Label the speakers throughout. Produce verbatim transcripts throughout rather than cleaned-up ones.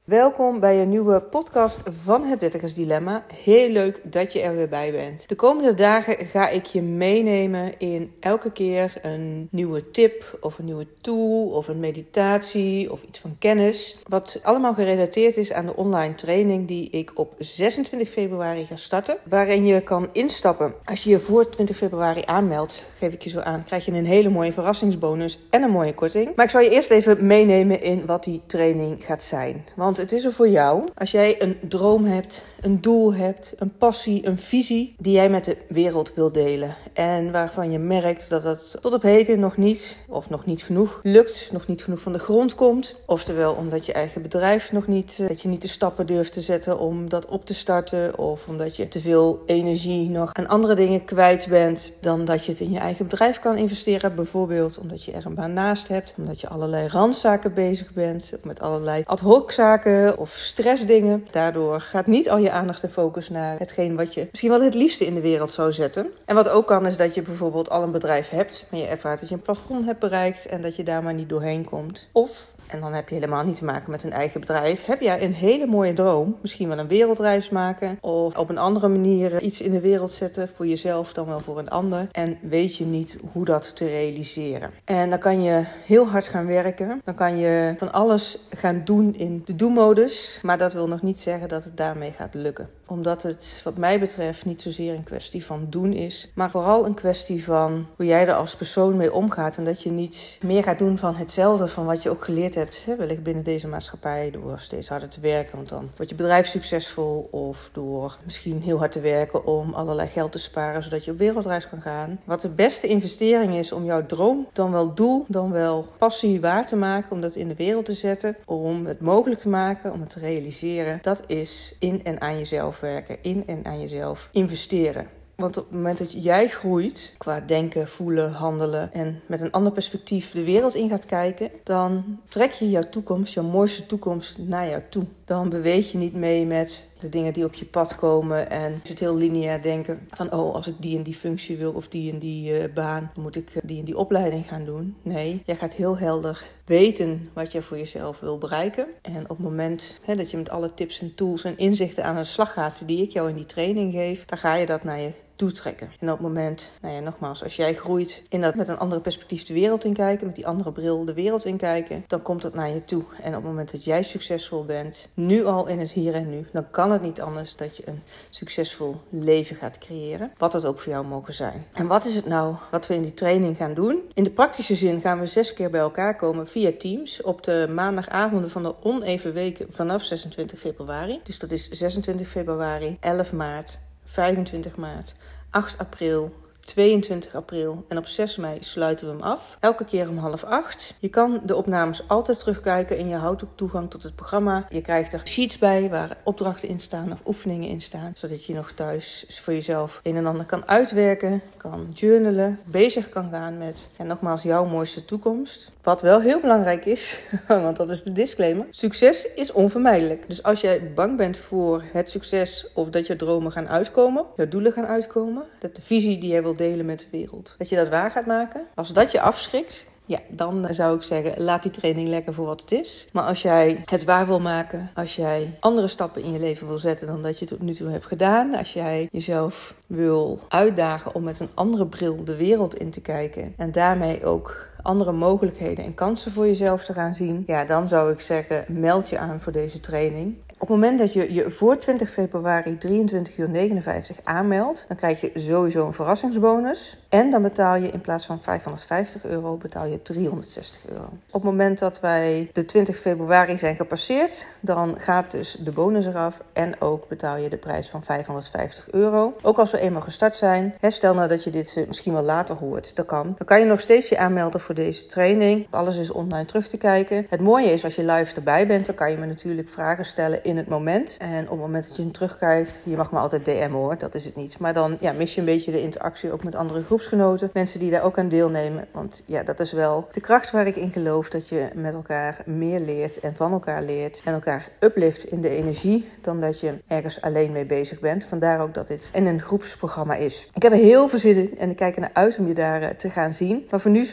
Speaker 1: Welkom bij een nieuwe podcast van het Dertigers Dilemma. Heel leuk dat je er weer bij bent. De komende dagen ga ik je meenemen in elke keer een nieuwe tip of een nieuwe tool of een meditatie of iets van kennis. Wat allemaal gerelateerd is aan de online training die ik op zesentwintig februari ga starten. Waarin je kan instappen. Als je je voor twintig februari aanmeldt, geef ik je zo aan, krijg je een hele mooie verrassingsbonus en een mooie korting. Maar ik zal je eerst even meenemen in wat die training gaat zijn. Want het is er voor jou als jij een droom hebt, een doel hebt, een passie, een visie die jij met de wereld wil delen. En waarvan je merkt dat het tot op heden nog niet, of nog niet genoeg lukt, nog niet genoeg van de grond komt. Oftewel omdat je eigen bedrijf nog niet, dat je niet de stappen durft te zetten om dat op te starten. Of omdat je te veel energie nog aan andere dingen kwijt bent dan dat je het in je eigen bedrijf kan investeren. Bijvoorbeeld omdat je er een baan naast hebt, omdat je allerlei randzaken bezig bent, of met allerlei ad hoc zaken of stressdingen. Daardoor gaat niet al je aandacht en focus naar hetgeen wat je misschien wel het liefste in de wereld zou zetten. En wat ook kan is dat je bijvoorbeeld al een bedrijf hebt, maar je ervaart dat je een plafond hebt bereikt en dat je daar maar niet doorheen komt. Of, en dan heb je helemaal niet te maken met een eigen bedrijf, heb jij een hele mooie droom, misschien wel een wereldreis maken of op een andere manier iets in de wereld zetten voor jezelf dan wel voor een ander en weet je niet hoe dat te realiseren. En dan kan je heel hard gaan werken, dan kan je van alles gaan doen in de do-modus, maar dat wil nog niet zeggen dat het daarmee gaat lukken. Omdat het wat mij betreft niet zozeer een kwestie van doen is, maar vooral een kwestie van hoe jij er als persoon mee omgaat en dat je niet meer gaat doen van hetzelfde van wat je ook geleerd hebt, hè, wellicht binnen deze maatschappij, door steeds harder te werken, want dan wordt je bedrijf succesvol, of door misschien heel hard te werken om allerlei geld te sparen, zodat je op wereldreis kan gaan. Wat de beste investering is om jouw droom, dan wel doel, dan wel passie waar te maken, om dat in de wereld te zetten, om het mogelijk te maken, om het te realiseren, dat is in en aan jezelf werken, in en aan jezelf investeren. Want op het moment dat jij groeit, qua denken, voelen, handelen en met een ander perspectief de wereld in gaat kijken, dan trek je jouw toekomst, jouw mooiste toekomst naar jou toe. Dan beweeg je niet mee met de dingen die op je pad komen en is het heel lineair denken van oh, als ik die en die functie wil of die en die uh, baan, dan moet ik uh, die en die opleiding gaan doen. Nee, jij gaat heel helder weten wat je voor jezelf wil bereiken. En op het moment hè, dat je met alle tips en tools en inzichten aan de slag gaat die ik jou in die training geef, dan ga je dat naar je toetrekken. En op het moment, nou ja, nogmaals, als jij groeit in dat met een andere perspectief de wereld in kijken, met die andere bril de wereld in kijken, dan komt het naar je toe. En op het moment dat jij succesvol bent, nu al in het hier en nu, dan kan het niet anders dat je een succesvol leven gaat creëren. Wat dat ook voor jou mogen zijn. En wat is het nou wat we in die training gaan doen? In de praktische zin gaan we zes keer bij elkaar komen via Teams op de maandagavonden van de oneven weken vanaf zesentwintig februari. Dus dat is zesentwintig februari, elf maart, vijfentwintig maart, acht april, tweeëntwintig april en op zes mei sluiten we hem af. Elke keer om half acht. Je kan de opnames altijd terugkijken en je houdt ook toegang tot het programma. Je krijgt er sheets bij waar opdrachten in staan of oefeningen in staan. Zodat je nog thuis voor jezelf een en ander kan uitwerken, kan journalen, bezig kan gaan met, en nogmaals, jouw mooiste toekomst. Wat wel heel belangrijk is, want dat is de disclaimer. Succes is onvermijdelijk. Dus als jij bang bent voor het succes of dat je dromen gaan uitkomen, jouw doelen gaan uitkomen, dat de visie die jij wil delen met de wereld, dat je dat waar gaat maken. Als dat je afschrikt, ja, dan zou ik zeggen, laat die training lekker voor wat het is. Maar als jij het waar wil maken, als jij andere stappen in je leven wil zetten dan dat je tot nu toe hebt gedaan, als jij jezelf wil uitdagen om met een andere bril de wereld in te kijken en daarmee ook andere mogelijkheden en kansen voor jezelf te gaan zien, ja, dan zou ik zeggen, meld je aan voor deze training. Op het moment dat je je voor twintig februari drieëntwintig uur negenenvijftig aanmeldt, dan krijg je sowieso een verrassingsbonus. En dan betaal je in plaats van vijfhonderdvijftig euro, betaal je driehonderdzestig euro. Op het moment dat wij de twintig februari zijn gepasseerd, dan gaat dus de bonus eraf en ook betaal je de prijs van vijfhonderdvijftig euro. Ook als we eenmaal gestart zijn, hè, stel nou dat je dit misschien wel later hoort, dat kan. Dan kan je nog steeds je aanmelden voor deze training. Alles is online terug te kijken. Het mooie is, als je live erbij bent, dan kan je me natuurlijk vragen stellen in het moment. En op het moment dat je hem terugkijkt, je mag me altijd D M'en hoor, dat is het niet. Maar dan ja, mis je een beetje de interactie ook met andere groepsgenoten. Mensen die daar ook aan deelnemen. Want ja, dat is wel de kracht waar ik in geloof. Dat je met elkaar meer leert en van elkaar leert. En elkaar uplift in de energie dan dat je ergens alleen mee bezig bent. Vandaar ook dat dit in een groepsprogramma is. Ik heb er heel veel zin in en ik kijk er naar uit om je daar te gaan zien. Maar voor nu zal ik je dus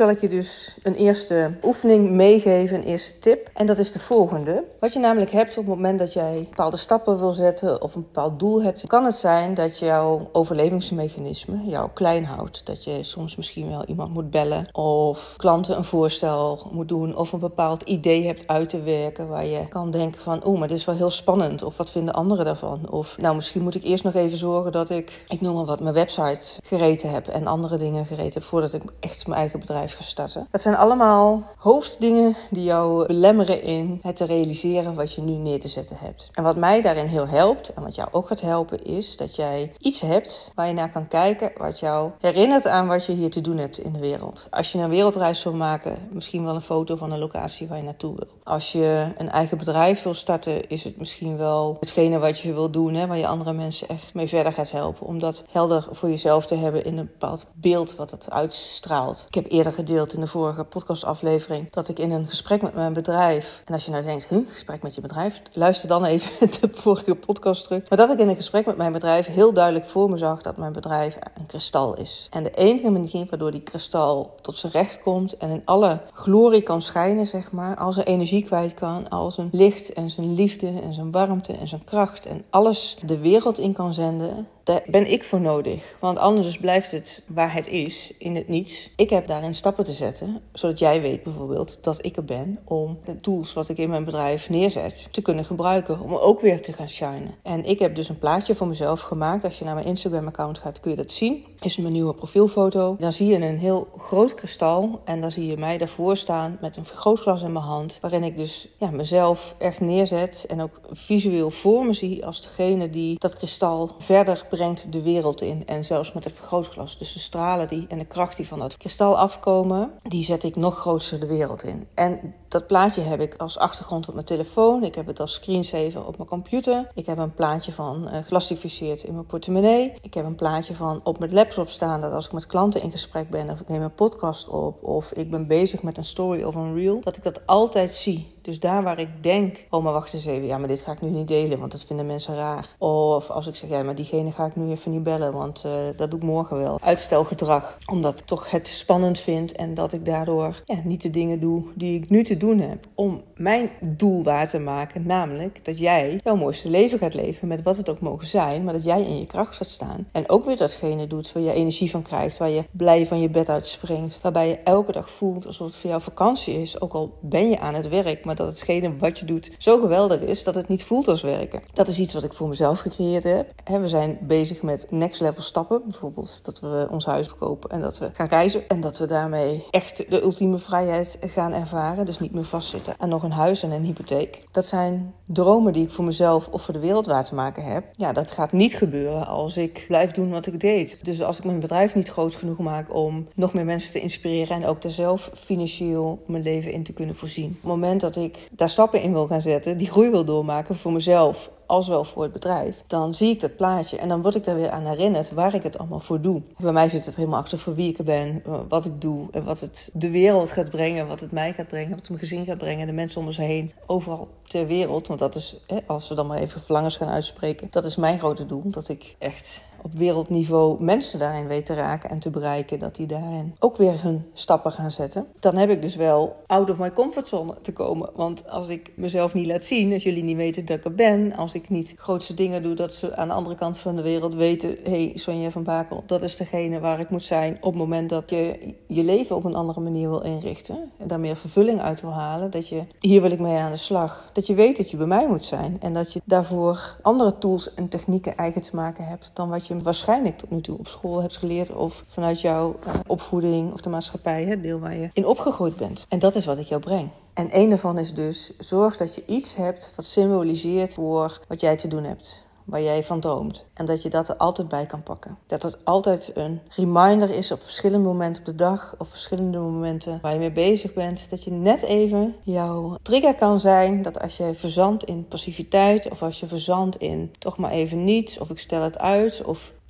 Speaker 1: dus een eerste oefening meegeven, een eerste tip. En dat is de volgende. Wat je namelijk hebt op het moment dat jij bepaalde stappen wil zetten of een bepaald doel hebt, kan het zijn dat jouw overlevingsmechanisme jou klein houdt. Dat je soms misschien wel iemand moet bellen of klanten een voorstel moet doen of een bepaald idee hebt uit te werken waar je kan denken van, oeh, maar dit is wel heel spannend. Of wat vinden anderen daarvan? Of nou, misschien moet ik eerst nog even zorgen dat ik, ik noem maar wat, mijn website gereten heb en andere dingen gereten heb voordat ik echt mijn eigen bedrijf ga starten. Dat zijn allemaal hoofddingen die jou belemmeren in het te realiseren wat je nu neer te zetten hebt. En wat mij daarin heel helpt en wat jou ook gaat helpen is dat jij iets hebt waar je naar kan kijken wat jou herinnert aan wat je hier te doen hebt in de wereld. Als je een wereldreis wil maken, misschien wel een foto van een locatie waar je naartoe wil. Als je een eigen bedrijf wil starten, is het misschien wel hetgene wat je wil doen, hè, waar je andere mensen echt mee verder gaat helpen. Om dat helder voor jezelf te hebben in een bepaald beeld wat het uitstraalt. Ik heb eerder gedeeld in de vorige podcastaflevering dat ik in een gesprek met mijn bedrijf, en als je nou denkt, huh, gesprek met je bedrijf, luister dan even de vorige podcast terug. Maar dat ik in een gesprek met mijn bedrijf heel duidelijk voor me zag dat mijn bedrijf een kristal is. En de enige manier waardoor die kristal tot zijn recht komt en in alle glorie kan schijnen, zeg maar, al zijn energie kwijt kan, al zijn licht en zijn liefde en zijn warmte en zijn kracht en alles de wereld in kan zenden, daar ben ik voor nodig. Want anders blijft het waar het is, in het niets. Ik heb daarin stappen te zetten, zodat jij weet bijvoorbeeld dat ik er ben om de tools wat ik in mijn bedrijf neerzet te kunnen gebruiken, om ook weer te gaan shinen. En ik heb dus een plaatje voor mezelf gemaakt. Als je naar mijn Instagram-account gaat, kun je dat zien. Is mijn nieuwe profielfoto. Dan zie je een heel groot kristal en dan zie je mij daarvoor staan met een vergrootglas in mijn hand, waarin ik dus ja, mezelf echt neerzet en ook visueel voor me zie als degene die dat kristal verder brengt de wereld in. En zelfs met het vergrootglas. Dus de stralen die en de kracht die van dat kristal afkomen, die zet ik nog groter de wereld in. En dat plaatje heb ik als achtergrond op mijn telefoon. Ik heb het als screensaver op mijn computer. Ik heb een plaatje van uh, gelastificeerd in mijn portemonnee. Ik heb een plaatje van op mijn laptop staan dat als ik met klanten in gesprek ben of ik neem een podcast op of ik ben bezig met een story of een reel, dat ik dat altijd zie. Dus daar waar ik denk, oh maar wacht eens even, ja maar dit ga ik nu niet delen, want dat vinden mensen raar. Of als ik zeg, ja maar diegene ga ik nu even niet bellen, want uh, dat doe ik morgen wel. Uitstelgedrag, omdat ik toch het spannend vind en dat ik daardoor ja, niet de dingen doe die ik nu te doen heb. Om mijn doel waar te maken, namelijk dat jij jouw mooiste leven gaat leven met wat het ook mogen zijn, maar dat jij in je kracht gaat staan. En ook weer datgene doet waar je energie van krijgt, waar je blij van je bed uitspringt, waarbij je elke dag voelt alsof het voor jou vakantie is, ook al ben je aan het werk, maar dat hetgene wat je doet zo geweldig is dat het niet voelt als werken. Dat is iets wat ik voor mezelf gecreëerd heb. We zijn bezig met next level stappen. Bijvoorbeeld dat we ons huis verkopen en dat we gaan reizen. En dat we daarmee echt de ultieme vrijheid gaan ervaren. Dus niet meer vastzitten aan nog een huis en een hypotheek. Dat zijn dromen die ik voor mezelf of voor de wereld waar te maken heb. Ja, dat gaat niet gebeuren als ik blijf doen wat ik deed. Dus als ik mijn bedrijf niet groot genoeg maak om nog meer mensen te inspireren en ook daar zelf financieel mijn leven in te kunnen voorzien. Op het moment dat ik daar stappen in wil gaan zetten, die groei wil doormaken voor mezelf, als wel voor het bedrijf, dan zie ik dat plaatje en dan word ik daar weer aan herinnerd waar ik het allemaal voor doe. Bij mij zit het helemaal achter voor wie ik er ben, wat ik doe en wat het de wereld gaat brengen, wat het mij gaat brengen, wat het mijn gezin gaat brengen, de mensen om ons heen, overal ter wereld. Want dat is, als we dan maar even verlangens gaan uitspreken, dat is mijn grote doel, dat ik echt op wereldniveau mensen daarin weet te raken en te bereiken, dat die daarin ook weer hun stappen gaan zetten. Dan heb ik dus wel out of my comfortzone te komen. Want als ik mezelf niet laat zien, als jullie niet weten dat ik er ben, als ik niet grootste dingen doe, dat ze aan de andere kant van de wereld weten, hé, hey, Sonja van Bakel, dat is degene waar ik moet zijn op het moment dat je je leven op een andere manier wil inrichten en daar meer vervulling uit wil halen, dat je, hier wil ik mee aan de slag, dat je weet dat je bij mij moet zijn en dat je daarvoor andere tools en technieken eigen te maken hebt dan wat je waarschijnlijk tot nu toe op school hebt geleerd of vanuit jouw uh, opvoeding of de maatschappij, het deel waar je in opgegroeid bent. En dat is wat ik jou breng. En één daarvan is dus, zorg dat je iets hebt wat symboliseert voor wat jij te doen hebt, waar jij van droomt. En dat je dat er altijd bij kan pakken. Dat het altijd een reminder is op verschillende momenten op de dag, op verschillende momenten waar je mee bezig bent. Dat je net even jouw trigger kan zijn, dat als je verzandt in passiviteit of als je verzandt in toch maar even niets, of ik stel het uit, of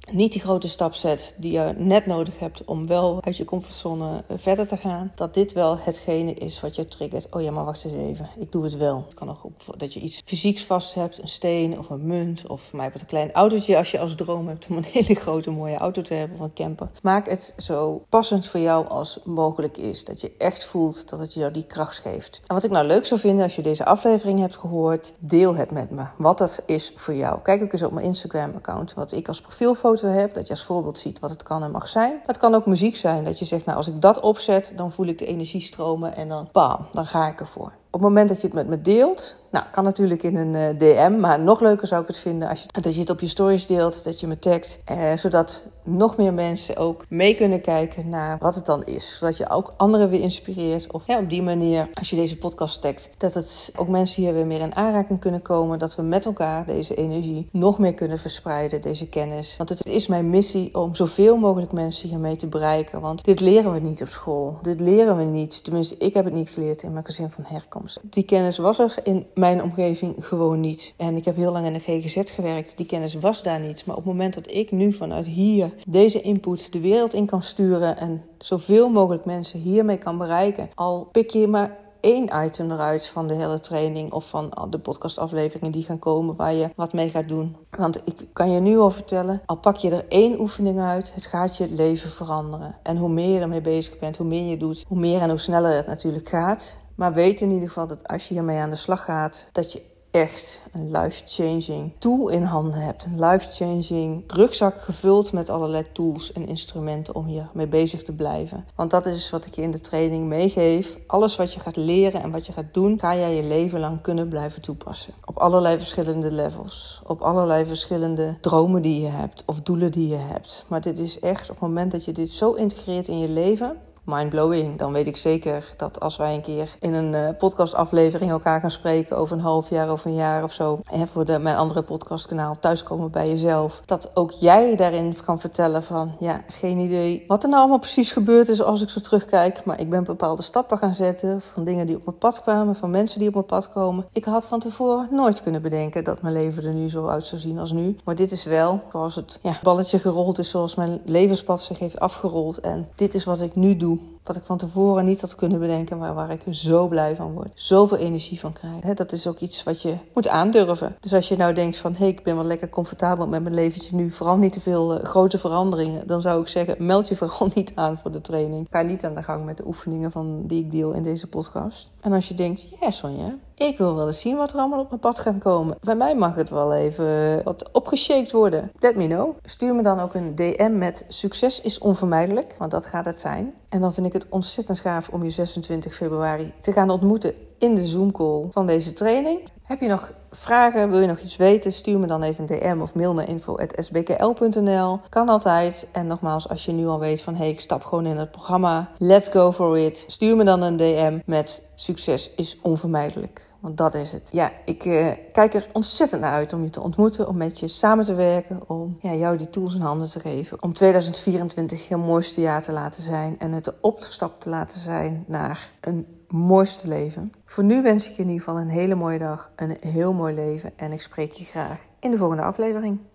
Speaker 1: niet die grote stap zet die je net nodig hebt om wel uit je comfortzone verder te gaan, dat dit wel hetgene is wat je triggert. Oh ja, maar wacht eens even, ik doe het wel. Het kan ook dat je iets fysieks vast hebt, een steen of een munt of voor mij een klein autootje als je als droom hebt om een hele grote mooie auto te hebben of een camper. Maak het zo passend voor jou als mogelijk is. Dat je echt voelt dat het jou die kracht geeft. En wat ik nou leuk zou vinden als je deze aflevering hebt gehoord, deel het met me. Wat dat is voor jou. Kijk ook eens op mijn Instagram account wat ik als profielfoto heb, dat je als voorbeeld ziet wat het kan en mag zijn. Maar het kan ook muziek zijn, dat je zegt, nou als ik dat opzet, dan voel ik de energie stromen en dan bam, dan ga ik ervoor. Op het moment dat je het met me deelt, nou, kan natuurlijk in een uh, D M, maar nog leuker zou ik het vinden als je, dat je het op je stories deelt, dat je me tagt, eh, zodat nog meer mensen ook mee kunnen kijken naar wat het dan is. Zodat je ook anderen weer inspireert. Of ja, op die manier, als je deze podcast tagt, dat het ook mensen hier weer meer in aanraking kunnen komen, dat we met elkaar deze energie nog meer kunnen verspreiden, deze kennis. Want het is mijn missie om zoveel mogelijk mensen hiermee te bereiken. Want dit leren we niet op school. Dit leren we niet. Tenminste, ik heb het niet geleerd in mijn gezin van herkomst. Die kennis was er in mijn omgeving gewoon niet. En ik heb heel lang in de G G Z gewerkt. Die kennis was daar niet. Maar op het moment dat ik nu vanuit hier deze input de wereld in kan sturen en zoveel mogelijk mensen hiermee kan bereiken, al pik je maar één item eruit van de hele training of van de podcastafleveringen die gaan komen waar je wat mee gaat doen. Want ik kan je nu al vertellen, al pak je er één oefening uit, het gaat je leven veranderen. En hoe meer je ermee bezig bent, hoe meer je doet, hoe meer en hoe sneller het natuurlijk gaat. Maar weet in ieder geval dat als je hiermee aan de slag gaat, dat je echt een life-changing tool in handen hebt. Een life-changing rugzak gevuld met allerlei tools en instrumenten om hiermee bezig te blijven. Want dat is wat ik je in de training meegeef. Alles wat je gaat leren en wat je gaat doen, ga jij je leven lang kunnen blijven toepassen. Op allerlei verschillende levels. Op allerlei verschillende dromen die je hebt of doelen die je hebt. Maar dit is echt op het moment dat je dit zo integreert in je leven, mindblowing. Dan weet ik zeker dat als wij een keer in een uh, podcastaflevering elkaar gaan spreken over een half jaar of een jaar of zo, en voor de, mijn andere podcastkanaal Thuiskomen bij Jezelf, dat ook jij daarin kan vertellen van, ja, geen idee wat er nou allemaal precies gebeurd is als ik zo terugkijk, maar ik ben bepaalde stappen gaan zetten van dingen die op mijn pad kwamen, van mensen die op mijn pad komen. Ik had van tevoren nooit kunnen bedenken dat mijn leven er nu zo uit zou zien als nu. Maar dit is wel zoals het ja, balletje gerold is, zoals mijn levenspad zich heeft afgerold. En dit is wat ik nu doe. Wat ik van tevoren niet had kunnen bedenken, maar waar ik zo blij van word. Zoveel energie van krijg. He, dat is ook iets wat je moet aandurven. Dus als je nou denkt van, hé, hey, ik ben wel lekker comfortabel met mijn leventje nu. Vooral niet te veel uh, grote veranderingen. Dan zou ik zeggen, meld je vooral niet aan voor de training. Ga niet aan de gang met de oefeningen van die ik deel in deze podcast. En als je denkt, ja Sonja, ik wil wel eens zien wat er allemaal op mijn pad gaat komen. Bij mij mag het wel even wat opgeshaked worden. Let me know. Stuur me dan ook een D M met succes is onvermijdelijk. Want dat gaat het zijn. En dan vind ik het ontzettend gaaf om je zesentwintig februari te gaan ontmoeten in de Zoom-call van deze training. Heb je nog vragen, wil je nog iets weten, stuur me dan even een D M of mail naar info at s b k l punt n l. Kan altijd. En nogmaals, als je nu al weet van, hé, hey, ik stap gewoon in het programma. Let's go for it. Stuur me dan een D M met succes is onvermijdelijk. Want dat is het. Ja, ik uh, kijk er ontzettend naar uit om je te ontmoeten, om met je samen te werken, om ja, jou die tools in handen te geven. Om tweeduizend vierentwintig heel mooiste jaar te laten zijn en het de opstap te laten zijn naar een mooiste leven. Voor nu wens ik je in ieder geval een hele mooie dag, een heel mooi leven en ik spreek je graag in de volgende aflevering.